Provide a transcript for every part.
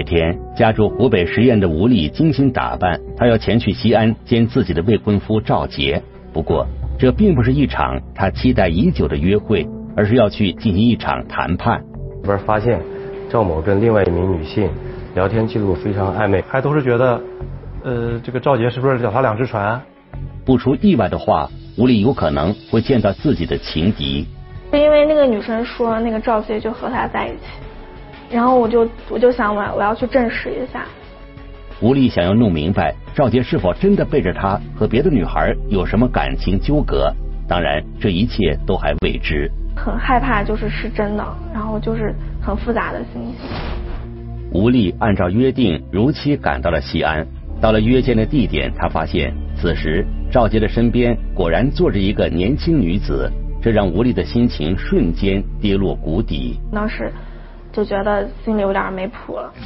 天，家住湖北十堰的吴丽精心打扮，她要前去西安见自己的未婚夫赵杰。不过，这并不是一场她期待已久的约会，而是要去进行一场谈判。 这边发现赵某跟另外一名女性聊天记录非常暧昧， 还都是觉得，这个赵杰是不是脚踏两只船？ 不出意外的话，吴丽有可能会见到自己的情敌。 因为那个女生说那个赵杰就和她在一起，然后我就想我要去证实一下。 吴丽想要弄明白赵杰是否真的背着她和别的女孩有什么感情纠葛，当然这一切都还未知。 很害怕是真的，然后就是很复杂的心情。 吴丽按照约定如期赶到了西安，到了约见的地点，她发现此时赵杰的身边果然坐着一个年轻女子，这让吴丽的心情瞬间跌落谷底。 当时就觉得心里有点没谱了。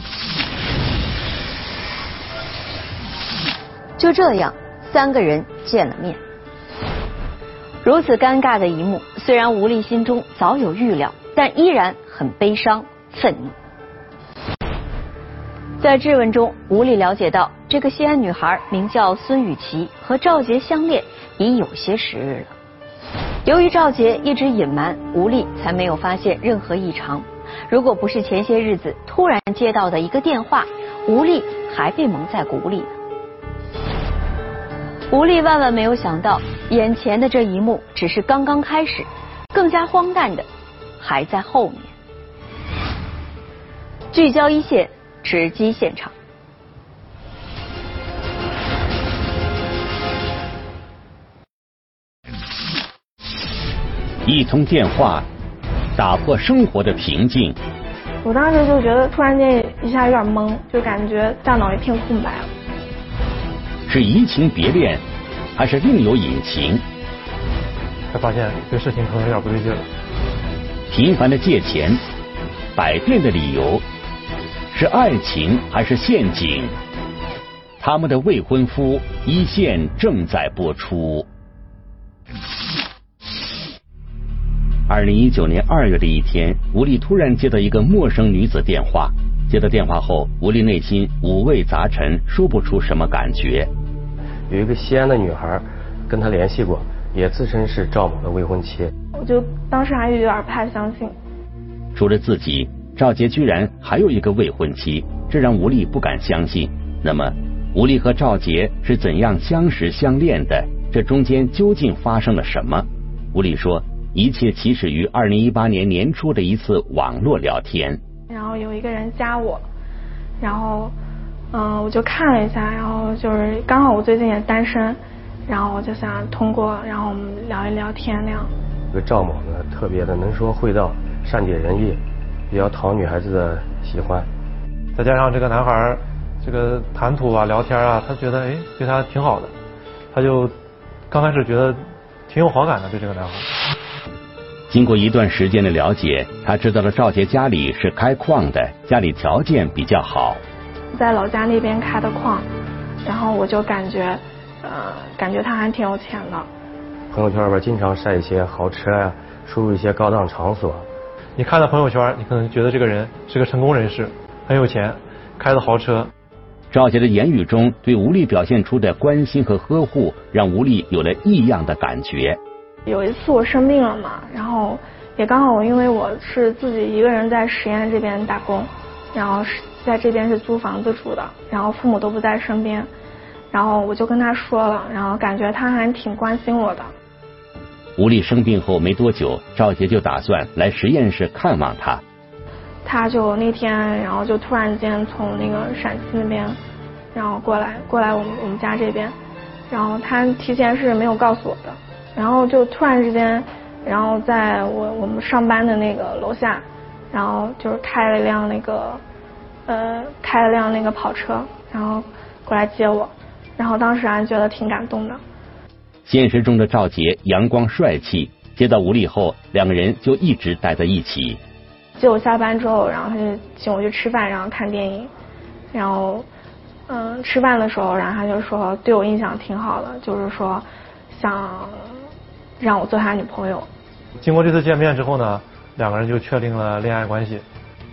就这样，3个人见了面。如此尴尬的一幕，虽然吴丽心中早有预料，但依然很悲伤、愤怒。在质问中，吴丽了解到，这个西安女孩名叫孙雨琦，和赵杰相恋已有些时日了。由于赵杰一直隐瞒，吴丽才没有发现任何异常。如果不是前些日子突然接到的一个电话，吴丽还被蒙在鼓里呢。吴丽万万没有想到，眼前的这一幕只是刚刚开始，更加荒诞的还在后面。聚焦一线，直击现场。 一通电话打破生活的平静。 我当时就觉得突然间一下有点懵，就感觉大脑一片空白了。 是移情别恋，还是另有隐情？ 才发现这事情可能有点不对劲了。 频繁的借钱，百变的理由，是爱情还是陷阱？他们的未婚夫一线正在播出。2019年2月的一天，吴丽突然接到一个陌生女子电话。接到电话后，吴丽内心五味杂陈，说不出什么感觉。 有一个西安的女孩跟他联系过，也自称是赵某的未婚妻。 我就当时还有点不太相信。 除了自己，赵杰居然还有一个未婚妻，这让吴丽不敢相信。那么，吴丽和赵杰是怎样相识相恋的？这中间究竟发生了什么？吴丽说，一切起始于2018年年初的一次网络聊天。 然后有一个人加我，然后我就看了一下，然后就是刚好我最近也单身，然后我就想通过然后我们聊一聊天那样。 这个赵某呢，特别的能说会道，善解人意，比较讨女孩子的喜欢。 再加上这个男孩这个谈吐啊、聊天啊，他觉得对他挺好的，他就刚开始觉得挺有好感的对这个男孩。 经过一段时间的了解，他知道了赵杰家里是开矿的，家里条件比较好， 在老家那边开的矿，然后我就感觉他还挺有钱的。 朋友圈里边经常晒一些豪车呀，出入一些高档场所。 你看到朋友圈，你可能觉得这个人是个成功人士，很有钱，开的豪车。 赵杰的言语中对吴丽表现出的关心和呵护，让吴丽有了异样的感觉。 有一次我生病了嘛，然后也刚好因为我是自己一个人在十堰这边打工，然后在这边是租房子住的，然后父母都不在身边，然后我就跟他说了，然后感觉他还挺关心我的。 吴丽生病后没多久，赵杰就打算来十堰市看望他。 他就那天，然后就突然间从那个陕西那边，然后过来我们家这边，然后他提前是没有告诉我的，然后就突然之间，然后在我们上班的那个楼下，然后就是开了辆那个跑车，然后过来接我，然后当时还觉得挺感动的。 现实中的赵杰阳光帅气，接到吴丽后，两个人就一直待在一起。 接我下班之后，然后他就请我去吃饭，然后看电影，然后吃饭的时候，然后他就说对我印象挺好的，就是说想让我做他女朋友。 经过这次见面之后呢，两个人就确定了恋爱关系。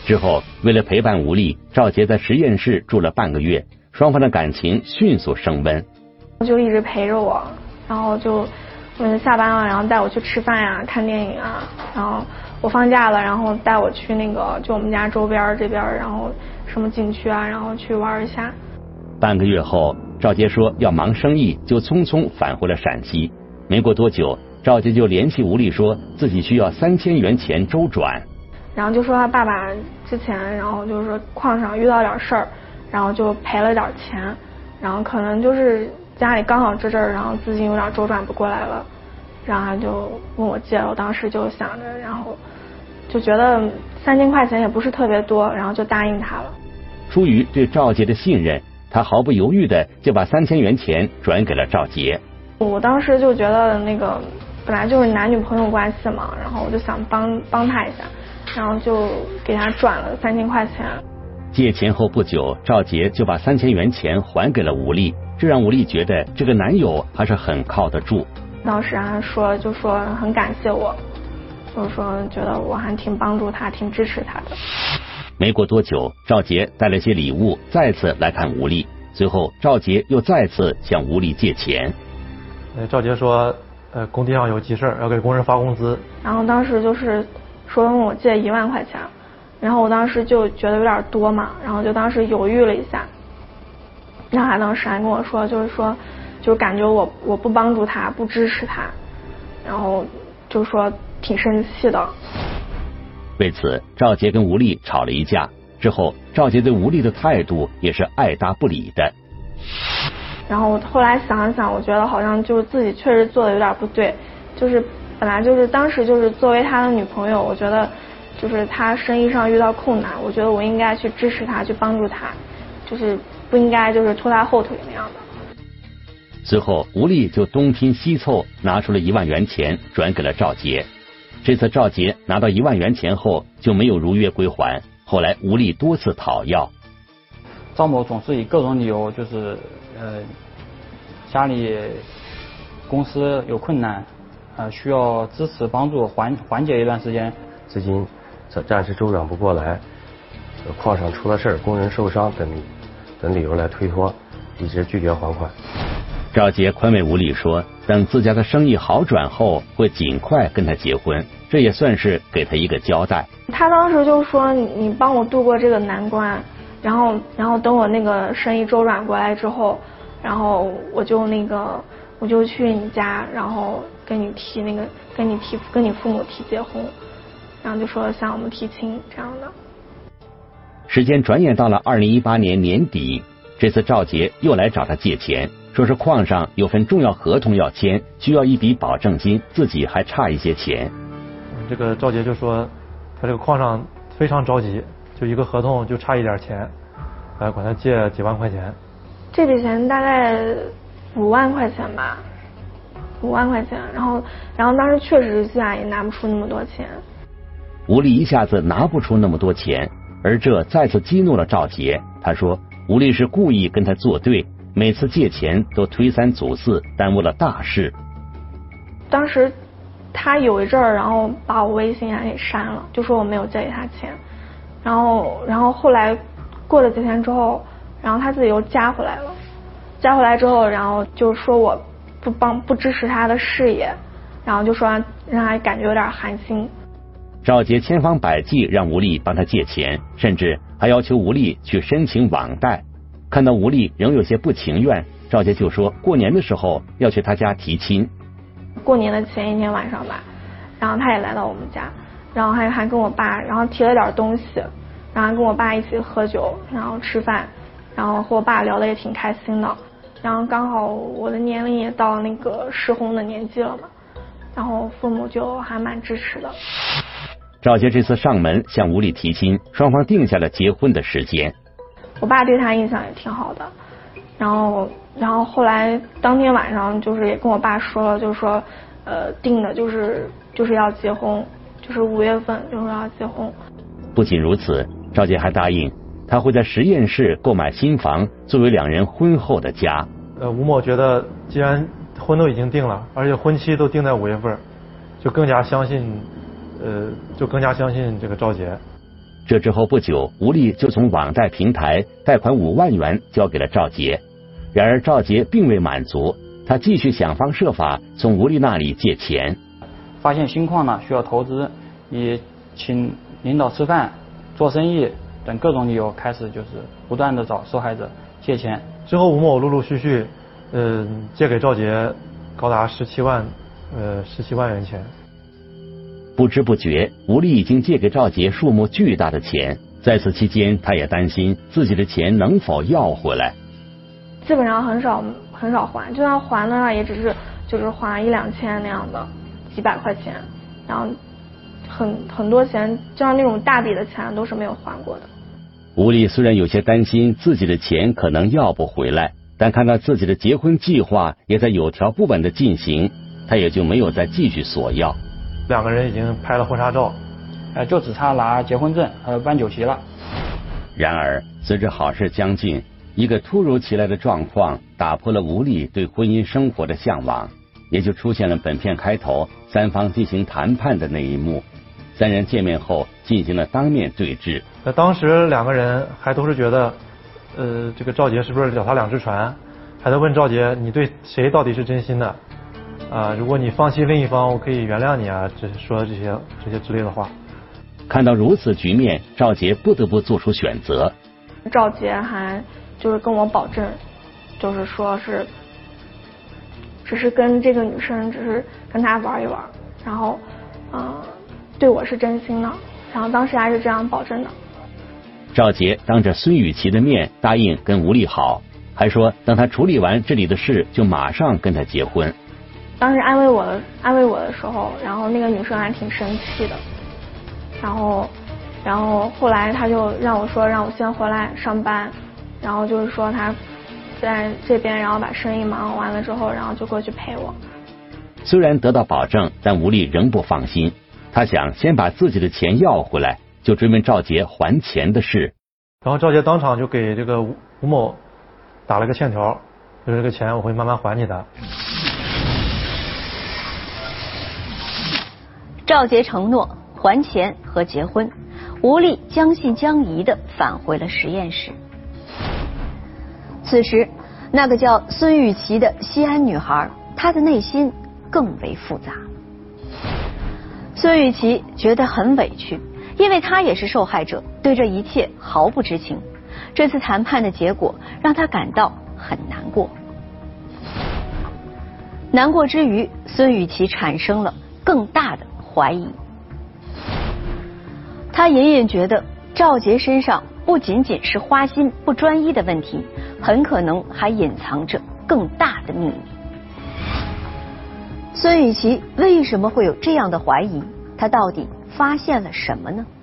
之后，为了陪伴吴丽，赵杰在实验室住了半个月，双方的感情迅速升温。 就一直陪着我，然后就下班了，然后带我去吃饭呀、看电影啊，然后我放假了，然后带我去那个就我们家周边这边，然后什么景区啊，然后去玩一下。 半个月后，赵杰说要忙生意，就匆匆返回了陕西。没过多久，赵杰就联系吴丽，说自己需要3000元钱周转。 然后就说他爸爸之前，然后就是说矿上遇到点事儿，然后就赔了点钱，然后可能就是家里刚好这阵儿，然后资金有点周转不过来了，然后他就问我借了。我当时就想着，然后就觉得3000块钱也不是特别多，然后就答应他了。 出于对赵杰的信任，他毫不犹豫的就把3000元钱转给了赵杰。 我当时就觉得那个本来就是男女朋友关系嘛，然后我就想帮他一下，然后就给他转了3000块钱。 借钱后不久，赵杰就把3000元钱还给了吴丽，这让吴丽觉得这个男友还是很靠得住。 当时还就说很感谢我，就是说觉得我还挺帮助他，挺支持他的。 没过多久，赵杰带了些礼物再次来看吴丽，随后赵杰又再次向吴丽借钱。 赵杰说工地上有急事儿，要给工人发工资。 然后当时就是说问我借1万块钱，然后我当时就觉得有点多嘛，然后就当时犹豫了一下。然后他当时还跟我说，就是感觉我不帮助他，不支持他，然后就说挺生气的。 为此，赵杰跟吴丽吵了一架。之后，赵杰对吴丽的态度也是爱答不理的。 然后我后来想一想，我觉得好像就是自己确实做的有点不对，就是本来就是当时就是作为他的女朋友，我觉得就是他生意上遇到困难，我觉得我应该去支持他，去帮助他，就是不应该就是拖他后腿那样的。 随后，吴丽就东拼西凑拿出了1万元钱转给了赵杰。这次赵杰拿到1万元钱后就没有如约归还，后来吴丽多次讨要。 赵某总是以各种理由，就是家里公司有困难，需要支持帮助缓解一段时间， 资金暂时周转不过来，矿上出了事儿，工人受伤等理由来推脱，一直拒绝还款。 赵杰宽慰吴丽说，等自家的生意好转后会尽快跟他结婚，这也算是给他一个交代。 他当时就说你帮我度过这个难关，然后等我那个生意周转过来之后，然后我就去你家，然后跟你父母提结婚，然后就说向我们提亲这样的。 时间转眼到了2018年年底，这次赵杰又来找他借钱，说是矿上有份重要合同要签，需要一笔保证金，自己还差一些钱。 这个赵杰就说他这个矿上非常着急，就一个合同就差一点钱，管他借几万块钱。 这笔钱大概5万块钱吧，5万块钱，然后当时确实家也拿不出那么多钱。 吴丽一下子拿不出那么多钱，而这再次激怒了赵杰。他说吴丽是故意跟他作对，每次借钱都推三阻四，耽误了大事。 当时他有一阵儿，然后把我微信给删了，就说我没有借给他钱。然后后来过了几天之后，然后他自己又加回来了。加回来之后，然后就说我不支持他的事业，然后就说让他感觉有点寒心。 赵杰千方百计让吴丽帮他借钱，甚至还要求吴丽去申请网贷。看到吴丽仍有些不情愿，赵杰就说过年的时候要去他家提亲。 过年的前一天晚上吧，然后他也来到我们家，然后还跟我爸，然后提了点东西，然后跟我爸一起喝酒，然后吃饭，然后和我爸聊得也挺开心的。然后刚好我的年龄也到那个适婚的年纪了嘛，然后父母就还蛮支持的。 赵杰这次上门向吴丽提亲，双方定下了结婚的时间。 我爸对他印象也挺好的，然后后来当天晚上就是也跟我爸说了，就是说定的就是要结婚，就是5月份就是要结婚。 不仅如此，赵杰还答应他会在实验室购买新房，作为两人婚后的家。 吴某觉得既然婚都已经定了，而且婚期都定在5月份，就更加相信这个赵杰。 这之后不久，吴丽就从网贷平台贷款5万元交给了赵杰。然而赵杰并未满足，他继续想方设法从吴丽那里借钱。 发现新矿呢需要投资，以请领导吃饭、做生意等各种理由，开始就是不断的找受害者借钱。 之后吴某陆陆续续，借给赵杰高达17万元钱。 不知不觉，吴丽已经借给赵杰数目巨大的钱。在此期间，他也担心自己的钱能否要回来。 基本上很少还，就算还的话，也只是就是还1、2千那样的，几百块钱，然后很多钱，就像那种大笔的钱都是没有还过的。 吴丽虽然有些担心自己的钱可能要不回来，但看到自己的结婚计划也在有条不紊的进行，他也就没有再继续索要。 2个人已经拍了婚纱照， 就只差拿结婚证和办酒席了。 然而，随着好事将近，一个突如其来的状况打破了吴丽对婚姻生活的向往，也就出现了本片开头3方进行谈判的那一幕。3人见面后进行了当面对质。 那当时2个人还都是觉得，这个赵杰是不是脚踏2只船，还在问赵杰你对谁到底是真心的啊？如果你放弃另一方，我可以原谅你啊，说这些之类的话。 看到如此局面，赵杰不得不做出选择。 赵杰还就是跟我保证，就是说是只是跟这个女生只是跟她玩一玩，然后对我是真心的，然后当时还是这样保证的。 赵杰当着孙雨琦的面答应跟吴丽好，还说等他处理完这里的事就马上跟他结婚。 当时安慰我的时候，然后那个女生还挺生气的，然后后来他就让我先回来上班，然后就是说他在这边，然后把生意忙完了之后，然后就过去陪我。 虽然得到保证，但吴丽仍不放心，他想先把自己的钱要回来，就追问赵杰还钱的事。 然后赵杰当场就给这个吴某打了个欠条，就是这个钱我会慢慢还你的。 赵杰承诺还钱和结婚，吴丽将信将疑地返回了实验室。此时，那个叫孙雨琦的西安女孩，她的内心更为复杂。孙雨琦觉得很委屈，因为她也是受害者，对这一切毫不知情。这次谈判的结果让她感到很难过。难过之余，孙雨琦产生了更大的怀疑。他隐隐觉得赵杰身上不仅仅是花心不专一的问题，很可能还隐藏着更大的秘密。孙雨琦为什么会有这样的怀疑？他到底发现了什么呢？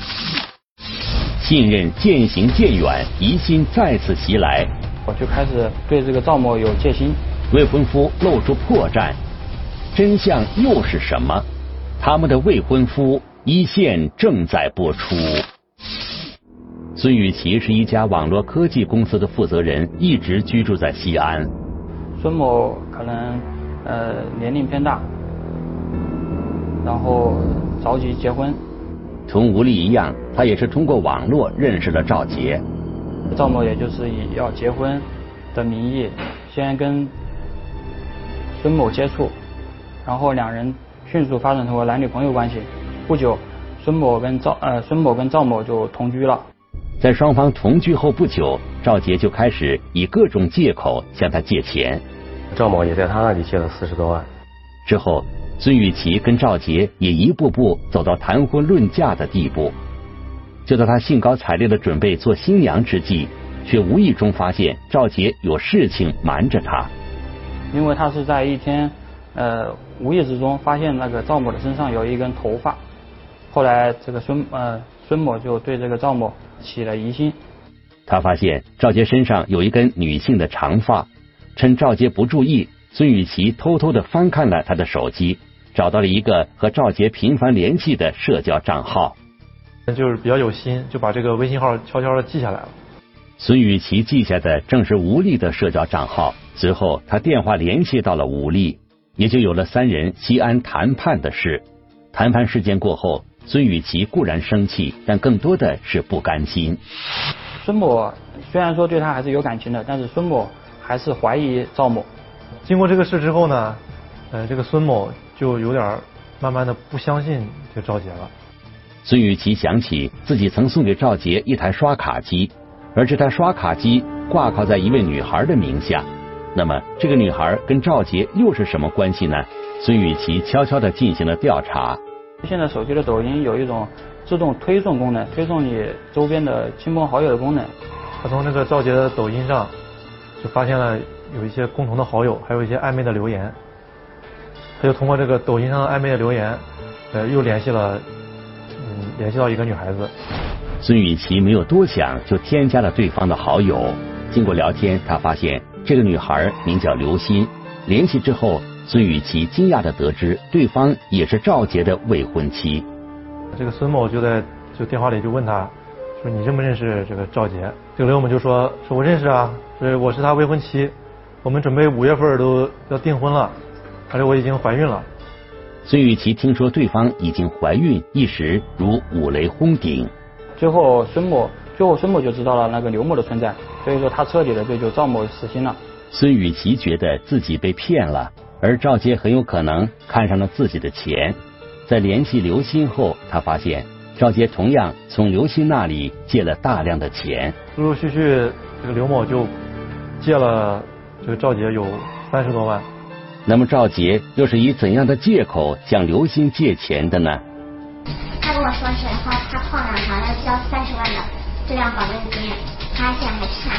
信任渐行渐远，疑心再次袭来， 我就开始对这个赵某有戒心。 未婚夫露出破绽，真相又是什么？他们的未婚夫一线正在播出。孙雨琦是一家网络科技公司的负责人，一直居住在西安。 孙某可能年龄偏大，然后着急结婚。 同吴丽一样，他也是通过网络认识了赵杰。 赵某也就是以要结婚的名义，先跟孙某接触，然后2人迅速发展成为男女朋友关系。不久，孙某跟赵某就同居了。 在双方同居后不久，赵杰就开始以各种借口向他借钱。 赵某也在他那里借了40多万。 之后，孙雨琦跟赵杰也一步步走到谈婚论嫁的地步。就在他兴高采烈的准备做新娘之际，却无意中发现赵杰有事情瞒着他。 因为他是在一天无意之中发现那个赵某的身上有一根头发，后来这个孙某就对这个赵某起了疑心。 他发现赵杰身上有一根女性的长发，趁赵杰不注意，孙雨琦偷偷地翻看了他的手机，找到了一个和赵杰频繁联系的社交账号。 就是比较有心，就把这个微信号悄悄地记下来了。 孙雨琦记下的正是吴丽的社交账号，随后他电话联系到了吴丽，也就有了3人西安谈判的事。谈判事件过后， 孙雨琦固然生气，但更多的是不甘心。 孙某虽然说对他还是有感情的，但是孙某还是怀疑赵某。 经过这个事之后呢，这个孙某就有点慢慢的不相信这个赵杰了。 孙雨琦想起自己曾送给赵杰一台刷卡机，而这台刷卡机挂靠在一位女孩的名下。那么这个女孩跟赵杰又是什么关系呢？孙雨琦悄悄地进行了调查。 现在手机的抖音有一种自动推送功能，推送你周边的亲朋好友的功能。 他从这个赵杰的抖音上就发现了有一些共同的好友，还有一些暧昧的留言。他就通过这个抖音上的暧昧的留言，又联系到一个女孩子。 孙雨琦没有多想，就添加了对方的好友。经过聊天，他发现这个女孩名叫刘鑫。联系之后，孙雨琦惊讶地得知对方也是赵杰的未婚妻。 这个孙某就电话里就问他说：“你认不认识这个赵杰？”这个刘某就说：“我认识啊，我是他未婚妻，我们准备5月份都要订婚了，而且我已经怀孕了。” 孙雨琦听说对方已经怀孕，一时如五雷轰顶。 最后孙某就知道了那个刘某的存在，所以说他彻底的对赵某死心了。 孙雨琦觉得自己被骗了，而赵杰很有可能看上了自己的钱。在联系刘鑫后，他发现赵杰同样从刘鑫那里借了大量的钱。 陆陆续续，这个刘某就借了这个赵杰有30多万。 那么赵杰又是以怎样的借口向刘鑫借钱的呢？ 他跟我说是他矿上好像需要30万的质量保证金，他现在还差，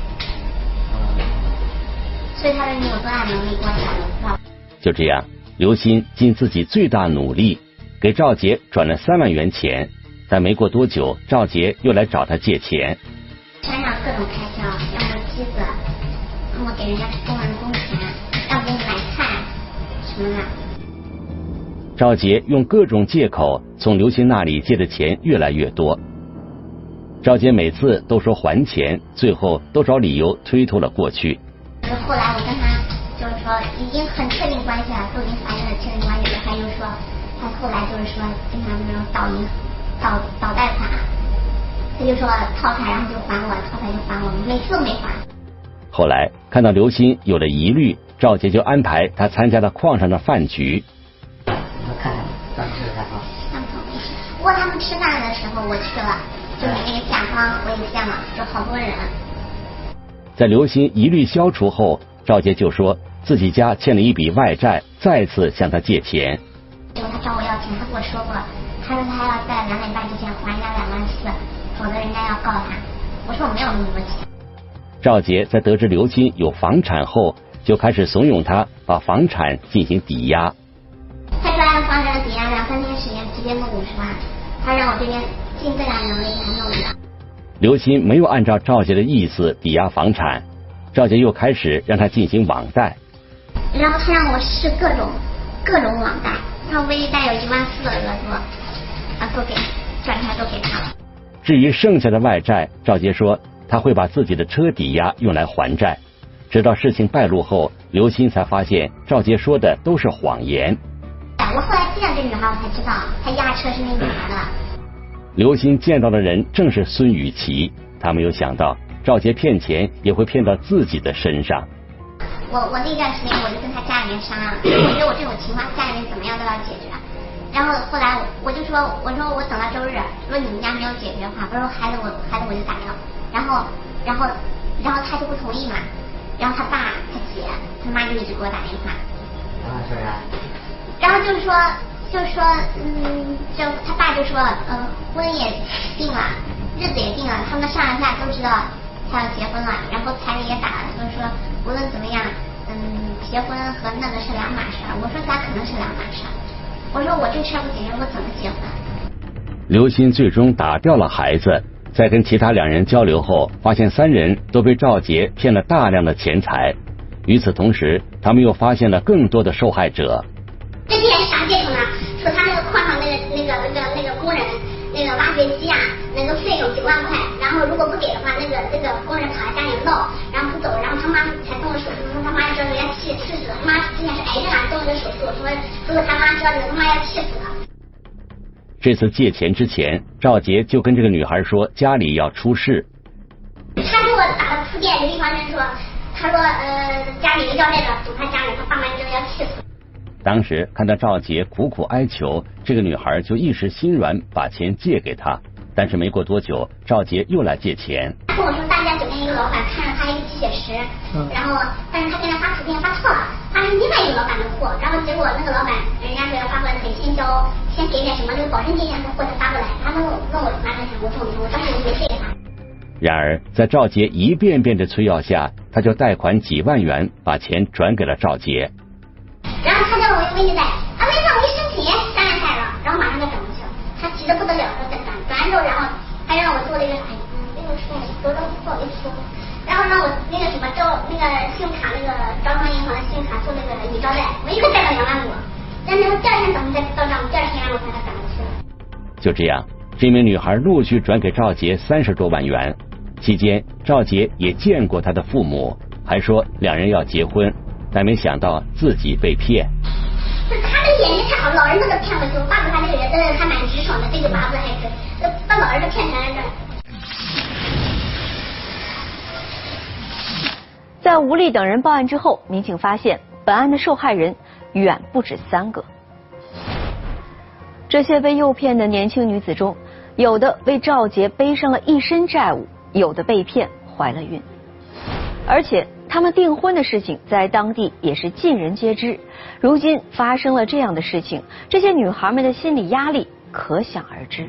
所以他说你有多大能力给我trả。 就这样，刘鑫尽自己最大努力给赵杰转了3万元钱，但没过多久，赵杰又来找他借钱。 山上各种开销，要么机子，要么给人家工人工钱，要不给你买菜什么的。 赵杰用各种借口从刘鑫那里借的钱越来越多。赵杰每次都说还钱，最后都找理由推脱了过去。 后来我跟他就是说已经很确定关系了，都已经发生了确定关系了，他又说他后来就是说经常那种倒贷款，他就说套台然后就还我，套台就还我，每次都没还。后来看到刘鑫有了疑虑，赵杰就安排他参加了矿上的饭局。 看看咱们吃的啊。不过他们吃饭的时候我去了，就是那个甲方我也见了，就好多人。 在刘鑫疑虑消除后，赵杰就说自己家欠了一笔外债，再次向他借钱。 结果他找我要钱，他跟我说过，他说他要在2点半之前还人家2万4，否则人家要告他。我说我没有那么多钱。 赵杰在得知刘鑫有房产后，就开始怂恿他把房产进行抵押。 他说按房产抵押2-3天时间直接弄50万，他让我这边尽最大能力给他弄的。 刘鑫没有按照赵杰的意思抵押房产，赵杰又开始让他进行网贷。 然后他让我试各种网贷，他微贷有1万4的额度，都给转台都给他了。 至于剩下的外债，赵杰说他会把自己的车抵押用来还债。直到事情败露后，刘鑫才发现赵杰说的都是谎言。 我后来见这女孩，我才知道她押车是那女孩的。 刘鑫见到的人正是孙雨琦，他没有想到赵杰骗钱也会骗到自己的身上。 我那段时间我就跟他家里面商量，我觉得我这种情况家里面怎么样都要解决。然后后来我就说我等到周日，如果你们家没有解决的话，我说孩子我就打掉。然后他就不同意嘛，然后他爸他姐他妈就一直给我打电话。是啊。然后就说就他爸就说婚也定了，日子也定了，他们上下都知道他要结婚了，然后彩礼也打了，就是说无论怎么样，结婚和那个是2码事。我说咋可能是2码事？我说我这事不解决，我怎么结婚？ 刘鑫最终打掉了孩子，在跟其他2人交流后，发现3人都被赵杰骗了大量的钱财。与此同时，他们又发现了更多的受害者。 这些人啥借口呢？说他那个矿上那个工人那个挖掘机啊，那个费用9万块，然后如果不给的话，那个工人躺在家里闹，然后不走，然后他妈才动了手术，他妈知道人家气死了，他妈之前是癌症啊，动了个手术，说如果他妈知道他妈要气死了。 这次借钱之前，赵杰就跟这个女孩说家里要出事。 他给我打了铺垫，有一方人说，他说家里要来了，堵他家里，他爸妈觉得要气死。 当时看到赵杰苦苦哀求，这个女孩就一时心软，把钱借给他。但是没过多久，赵杰又来借钱。 跟我说大家酒店一个老板看上他一个鸡血石，然后但是他给他发图片发错了，发成另外一个老板的货，然后结果那个老板人家说要发过来得先给点什么那个保证金，让他货才发过来。他问我拿多少钱，我说我当时就没给他。 然而在赵杰一遍遍的催要下，他就贷款几万元把钱转给了赵杰。 然后他叫我微信在，微信我一申请也3万块了，然后马上就转过去了，他急得不得了，他转完之后，然后还让我做了一个这个说多少不好意思说，然后让我那个什么招那个信用卡那个招商银行的信用卡做那个已招贷，我一个贷了2万多，然后第二天早上才到账，第二天让我才转过去了。就这样， 这名女孩陆续转给赵杰30多万元。期间，赵杰也见过他的父母，还说两人要结婚，但没想到自己被骗。 他的眼睛太好，老人都骗过去。我爸爸他这个人还蛮直爽的，这个八字还是把老人都骗成了这。 在吴丽等人报案之后，民警发现本案的受害人远不止3个。这些被诱骗的年轻女子中，有的为赵杰背上了一身债务，有的被骗怀了孕，而且他们订婚的事情在当地也是尽人皆知。如今发生了这样的事情，这些女孩们的心理压力可想而知。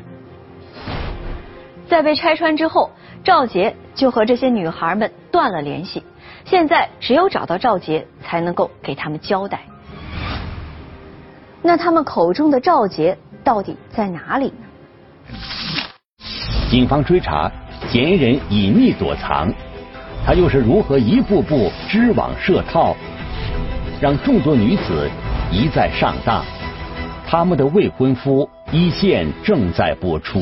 在被拆穿之后，赵杰就和这些女孩们断了联系。现在只有找到赵杰，才能够给他们交代。那他们口中的赵杰到底在哪里呢？ 警方追查，嫌疑人隐匿躲藏，他又是如何一步步织网设套，让众多女子一再上当？他们的未婚夫一线正在播出。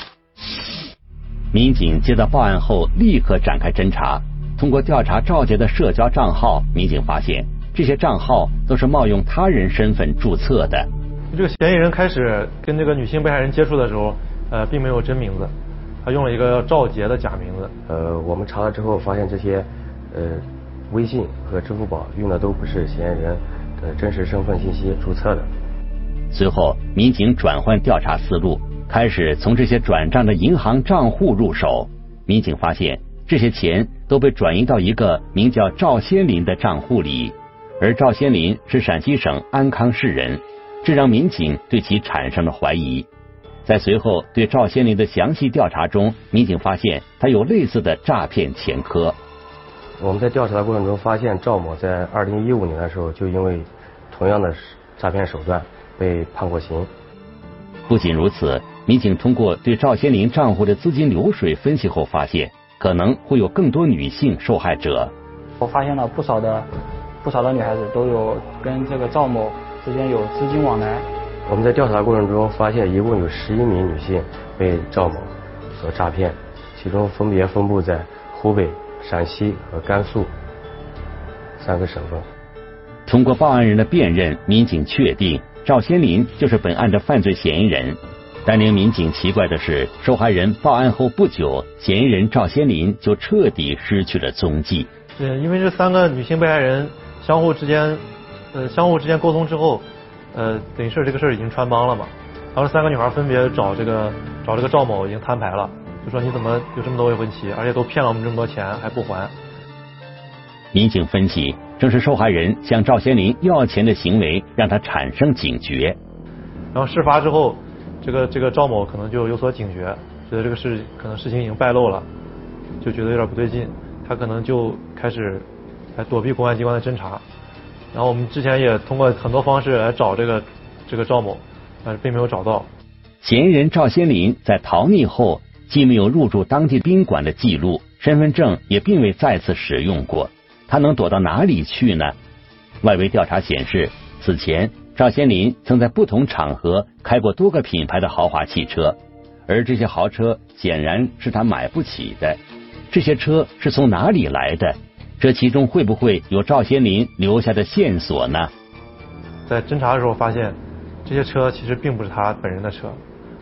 民警接到报案后，立刻展开侦查。通过调查赵杰的社交账号，民警发现这些账号都是冒用他人身份注册的。 这个嫌疑人开始跟这个女性被害人接触的时候，并没有真名字，他用了一个赵杰的假名字。 我们查了之后发现这些微信和支付宝用的都不是嫌疑人的真实身份信息注册的。 随后，民警转换调查思路，开始从这些转账的银行账户入手。民警发现，这些钱都被转移到一个名叫赵先林的账户里，而赵先林是陕西省安康市人，这让民警对其产生了怀疑。在随后对赵先林的详细调查中，民警发现他有类似的诈骗前科。 我们在调查的过程中发现，赵某在2015年的时候就因为同样的诈骗手段被判过刑。 不仅如此，民警通过对赵先林账户的资金流水分析后发现，可能会有更多女性受害者。 我发现了不少的女孩子都有跟这个赵某之间有资金往来。 我们在调查过程中发现，一共有11名女性被赵某所诈骗，其中分别分布在湖北、陕西和甘肃3个省份。 通过报案人的辨认，民警确定赵先林就是本案的犯罪嫌疑人。但令民警奇怪的是，受害人报案后不久，嫌疑人赵先林就彻底失去了踪迹。 因为这3个女性被害人相互之间沟通之后，等于是这个事儿已经穿帮了嘛。然后3个女孩分别找这个赵某已经摊牌了，就说你怎么有这么多未婚妻，而且都骗了我们这么多钱还不还。 民警分析，正是受害人向赵先林要钱的行为让他产生警觉。 然后事发之后，这个赵某可能就有所警觉，觉得这个可能事情已经败露了，就觉得有点不对劲，他可能就开始来躲避公安机关的侦查。然后我们之前也通过很多方式来找这个赵某，但是并没有找到。 嫌疑人赵先林在逃匿后，既没有入住当地宾馆的记录，身份证也并未再次使用过，他能躲到哪里去呢？外围调查显示，此前赵先林曾在不同场合开过多个品牌的豪华汽车，而这些豪车显然是他买不起的。这些车是从哪里来的？这其中会不会有赵先林留下的线索呢？ 在侦查的时候发现，这些车其实并不是他本人的车，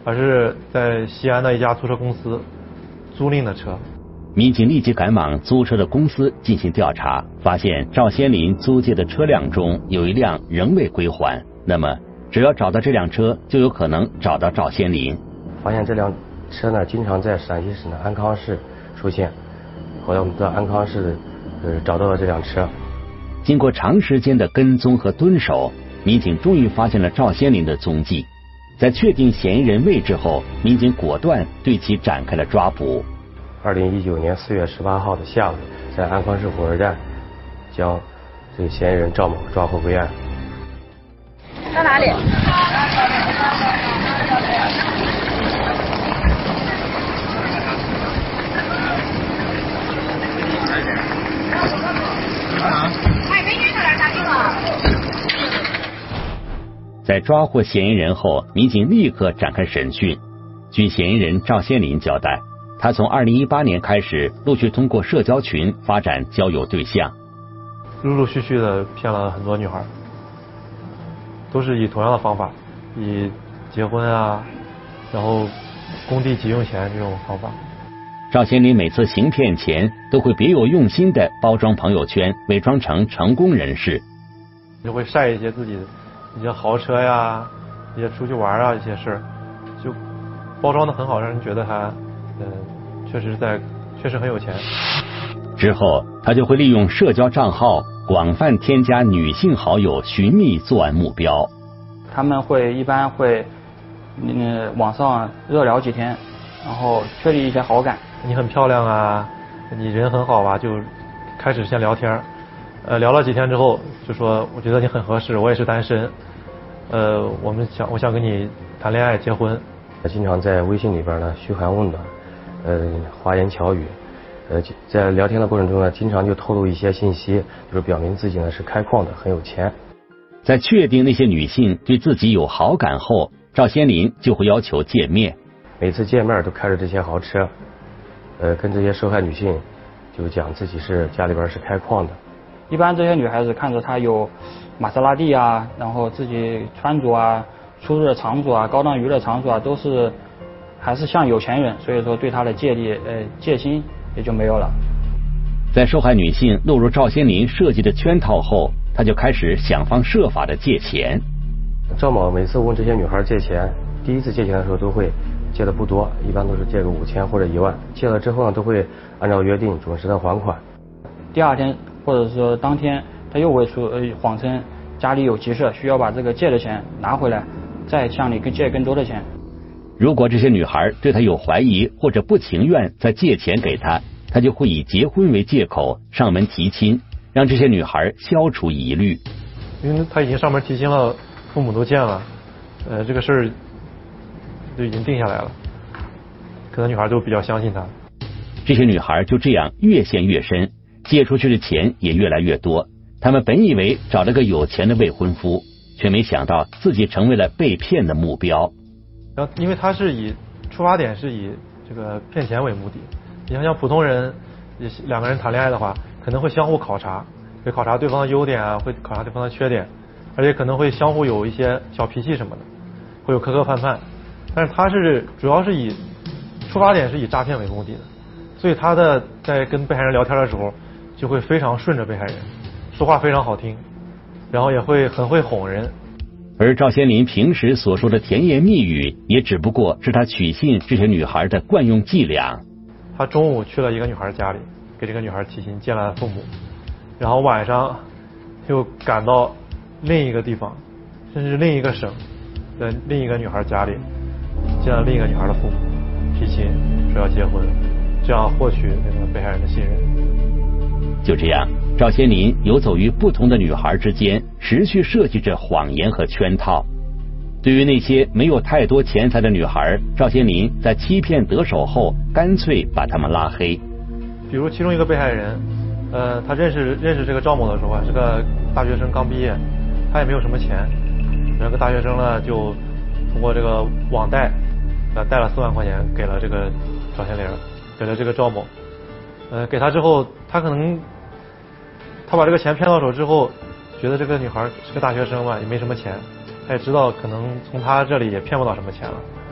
而是在西安的一家租车公司租赁的车。 民警立即赶往租车的公司进行调查，发现赵先林租借的车辆中有一辆仍未归还。那么，只要找到这辆车，就有可能找到赵先林。 发现这辆车呢，经常在陕西省的安康市出现。后来我们在安康市找到了这辆车。 经过长时间的跟踪和蹲守，民警终于发现了赵先林的踪迹。在确定嫌疑人位置后，民警果断对其展开了抓捕。 2019年4月18号的下午，在安康市火车站将这个嫌疑人赵某抓获归案。 到哪里？ 在抓获嫌疑人后，民警立刻展开审讯。据嫌疑人赵先林交代，他从2018年开始陆续通过社交群发展交友对象， 陆陆续续的骗了很多女孩，都是以同样的方法，以结婚啊，然后工地急用钱这种方法。 赵先林每次行骗前都会别有用心的包装朋友圈，伪装成成功人士， 就会晒一些自己的一些豪车呀，一些出去玩啊一些事儿，就包装的很好，让人觉得他确实很有钱。 之后他就会利用社交账号广泛添加女性好友，寻觅作案目标。 他们一般会网上热聊几天，然后确立一些好感。 你很漂亮啊，你人很好吧，就开始先聊天。聊了几天之后，就说我觉得你很合适，我也是单身，我想跟你谈恋爱结婚。 经常在微信里边呢嘘寒问暖，花言巧语，在聊天的过程中呢，经常就透露一些信息，就是表明自己呢是开矿的，很有钱。 在确定那些女性对自己有好感后，赵先林就会要求见面。 每次见面都开着这些豪车，跟这些受害女性就讲自己是家里边是开矿的。 一般这些女孩子看着他有玛莎拉蒂啊，然后自己穿着啊、出入的场所啊、高档娱乐场所啊，都是还是像有钱人，所以说对他的戒心也就没有了。 在受害女性落入赵先林设计的圈套后，他就开始想方设法的借钱。 赵某每次问这些女孩借钱，第一次借钱的时候都会借的不多，一般都是借个5000或者1万。借了之后呢，都会按照约定准时的还款。 第二天或者说当天，他又会谎称家里有急事，需要把这个借的钱拿回来，再向你借更多的钱。 如果这些女孩对他有怀疑或者不情愿再借钱给他，他就会以结婚为借口上门提亲，让这些女孩消除疑虑。 因为他已经上门提亲了，父母都见了，这个事儿就已经定下来了，可能女孩就比较相信他。 这些女孩就这样越陷越深，借出去的钱也越来越多。她们本以为找了个有钱的未婚夫，却没想到自己成为了被骗的目标。 然后，因为他是出发点是以这个骗钱为目的。你像普通人，两个人谈恋爱的话，可能会相互考察，会考察对方的优点啊，会考察对方的缺点，而且可能会相互有一些小脾气什么的，会有磕磕绊绊。但是他主要是出发点是以诈骗为目的的，所以他在跟被害人聊天的时候，就会非常顺着被害人，说话非常好听，然后也很会哄人。 而赵先林平时所说的甜言蜜语，也只不过是他取信这些女孩的惯用伎俩。 他中午去了一个女孩家里，给这个女孩提亲，见了父母，然后晚上又赶到另一个地方，甚至另一个省的另一个女孩家里，见了另一个女孩的父母，提亲，说要结婚，这样获取那个被害人的信任。 就这样，赵先林游走于不同的女孩之间，持续设计着谎言和圈套。对于那些没有太多钱财的女孩，赵先林在欺骗得手后，干脆把她们拉黑。 比如其中一个被害人，他认识这个赵某的时候是个大学生，刚毕业，他也没有什么钱，那个大学生呢就通过这个网贷，贷了4万块钱给了这个赵先林，给了这个赵某。给他之后，他把这个钱骗到手之后，觉得这个女孩是个大学生嘛，也没什么钱，他也知道可能从他这里也骗不到什么钱了，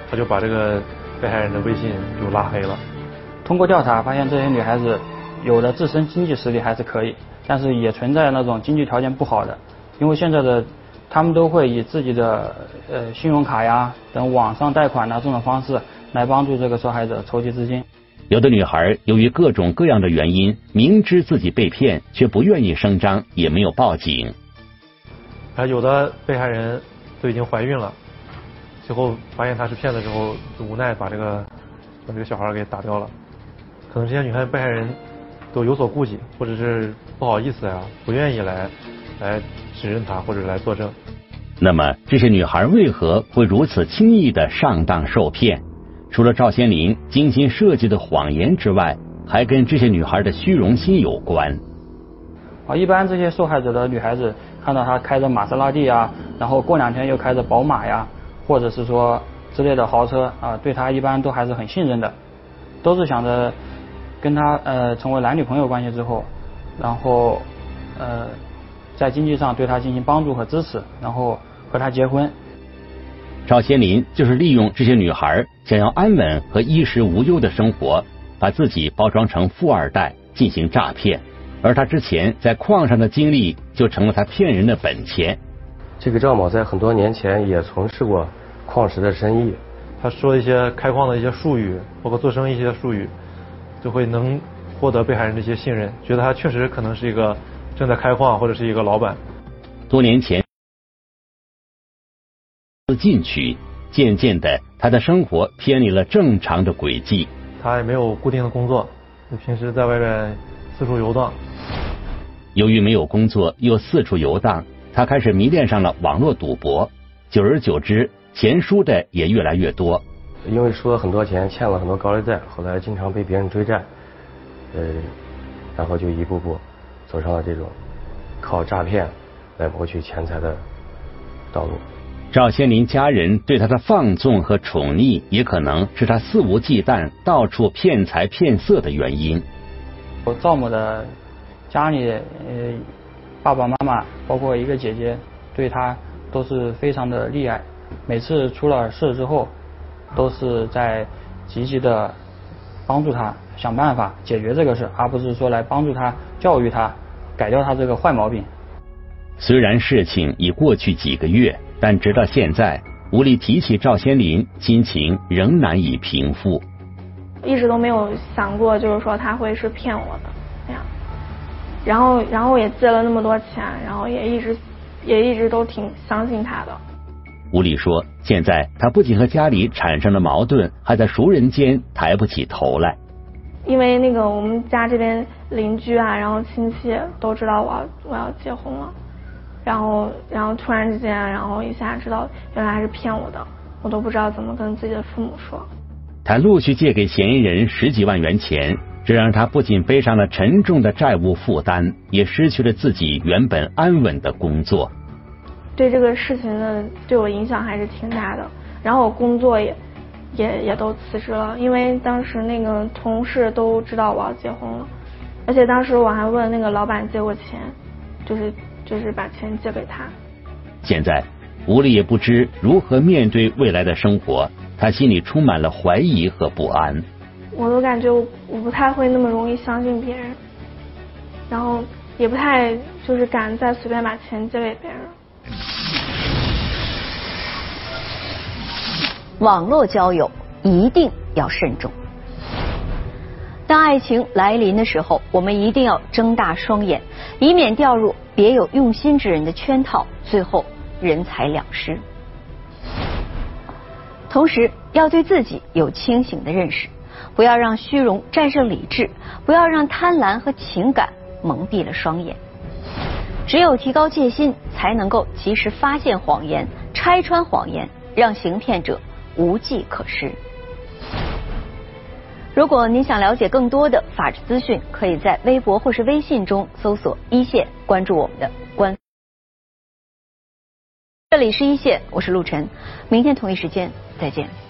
他就把这个被害人的微信就拉黑了。 通过调查发现，这些女孩子有的自身经济实力还是可以，但是也存在那种经济条件不好的，因为现在的他们都会以自己的信用卡呀等网上贷款这种方式来帮助这个受害者筹集资金。 有的女孩由于各种各样的原因，明知自己被骗，却不愿意声张，也没有报警。 有的被害人都已经怀孕了，最后发现他是骗子之后，就无奈把这个小孩给打掉了。可能这些女孩被害人都有所顾忌，或者是不好意思呀，不愿意来指认他或者来作证。 那么这些女孩为何会如此轻易的上当受骗？除了赵先林精心设计的谎言之外，还跟这些女孩的虚荣心有关。 一般这些受害者的女孩子看到他开着玛莎拉蒂啊，然后过2天又开着宝马呀，或者是说之类的豪车啊，对他一般都还是很信任的，都是想着跟他成为男女朋友关系之后，然后在经济上对他进行帮助和支持，然后和他结婚。 赵先林就是利用这些女孩想要安稳和衣食无忧的生活，把自己包装成富二代进行诈骗，而他之前在矿上的经历就成了他骗人的本钱。 这个赵某在很多年前也从事过矿石的生意， 他说一些开矿的一些术语，包括做生意一些术语，就会能获得被害人的一些信任，觉得他确实可能是一个正在开矿或者是一个老板。 多年前进取，渐渐的他的生活偏离了正常的轨迹。 他也没有固定的工作，就平时在外边四处游荡。 由于没有工作又四处游荡，他开始迷恋上了网络赌博，久而久之钱输的也越来越多。 因为输了很多钱，欠了很多高利贷，后来经常被别人追债，然后就一步步走上了这种靠诈骗来谋取钱财的道路。 赵先林家人对他的放纵和宠溺，也可能是他肆无忌惮到处骗财骗色的原因。 赵某的家里爸爸妈妈包括一个姐姐对他都是非常的溺爱，每次出了事之后都是在积极的帮助他想办法解决这个事，而不是说来帮助他教育他改掉他这个坏毛病。 虽然事情已过去几个月，但直到现在，吴丽提起赵先林，心情仍难以平复。 一直都没有想过，就是说他会是骗我的那样。然后也借了那么多钱，然后也一直都挺相信他的。 吴丽说，现在他不仅和家里产生了矛盾，还在熟人间抬不起头来。 因为那个我们家这边邻居啊，然后亲戚都知道我要结婚了。然后突然之间，然后一下知道原来是骗我的，我都不知道怎么跟自己的父母说。 他陆续借给嫌疑人10几万元钱，这让他不仅背上了沉重的债务负担，也失去了自己原本安稳的工作。 对这个事情的对我影响还是挺大的，然后我工作也都辞职了，因为当时那个同事都知道我要结婚了，而且当时我还问那个老板借过钱，就是把钱借给他。 现在吴丽也不知如何面对未来的生活，他心里充满了怀疑和不安。 我都感觉我不太会那么容易相信别人，然后也不太就是敢再随便把钱借给别人。 网络交友一定要慎重。当爱情来临的时候，我们一定要睁大双眼，以免掉入别有用心之人的圈套，最后人财两失。同时要对自己有清醒的认识，不要让虚荣战胜理智，不要让贪婪和情感蒙蔽了双眼。只有提高戒心，才能够及时发现谎言，拆穿谎言，让行骗者无计可施。如果您想了解更多的法治资讯，可以在微博或是微信中搜索一线，关注我们的官。这里是一线，我是陆晨，明天同一时间再见。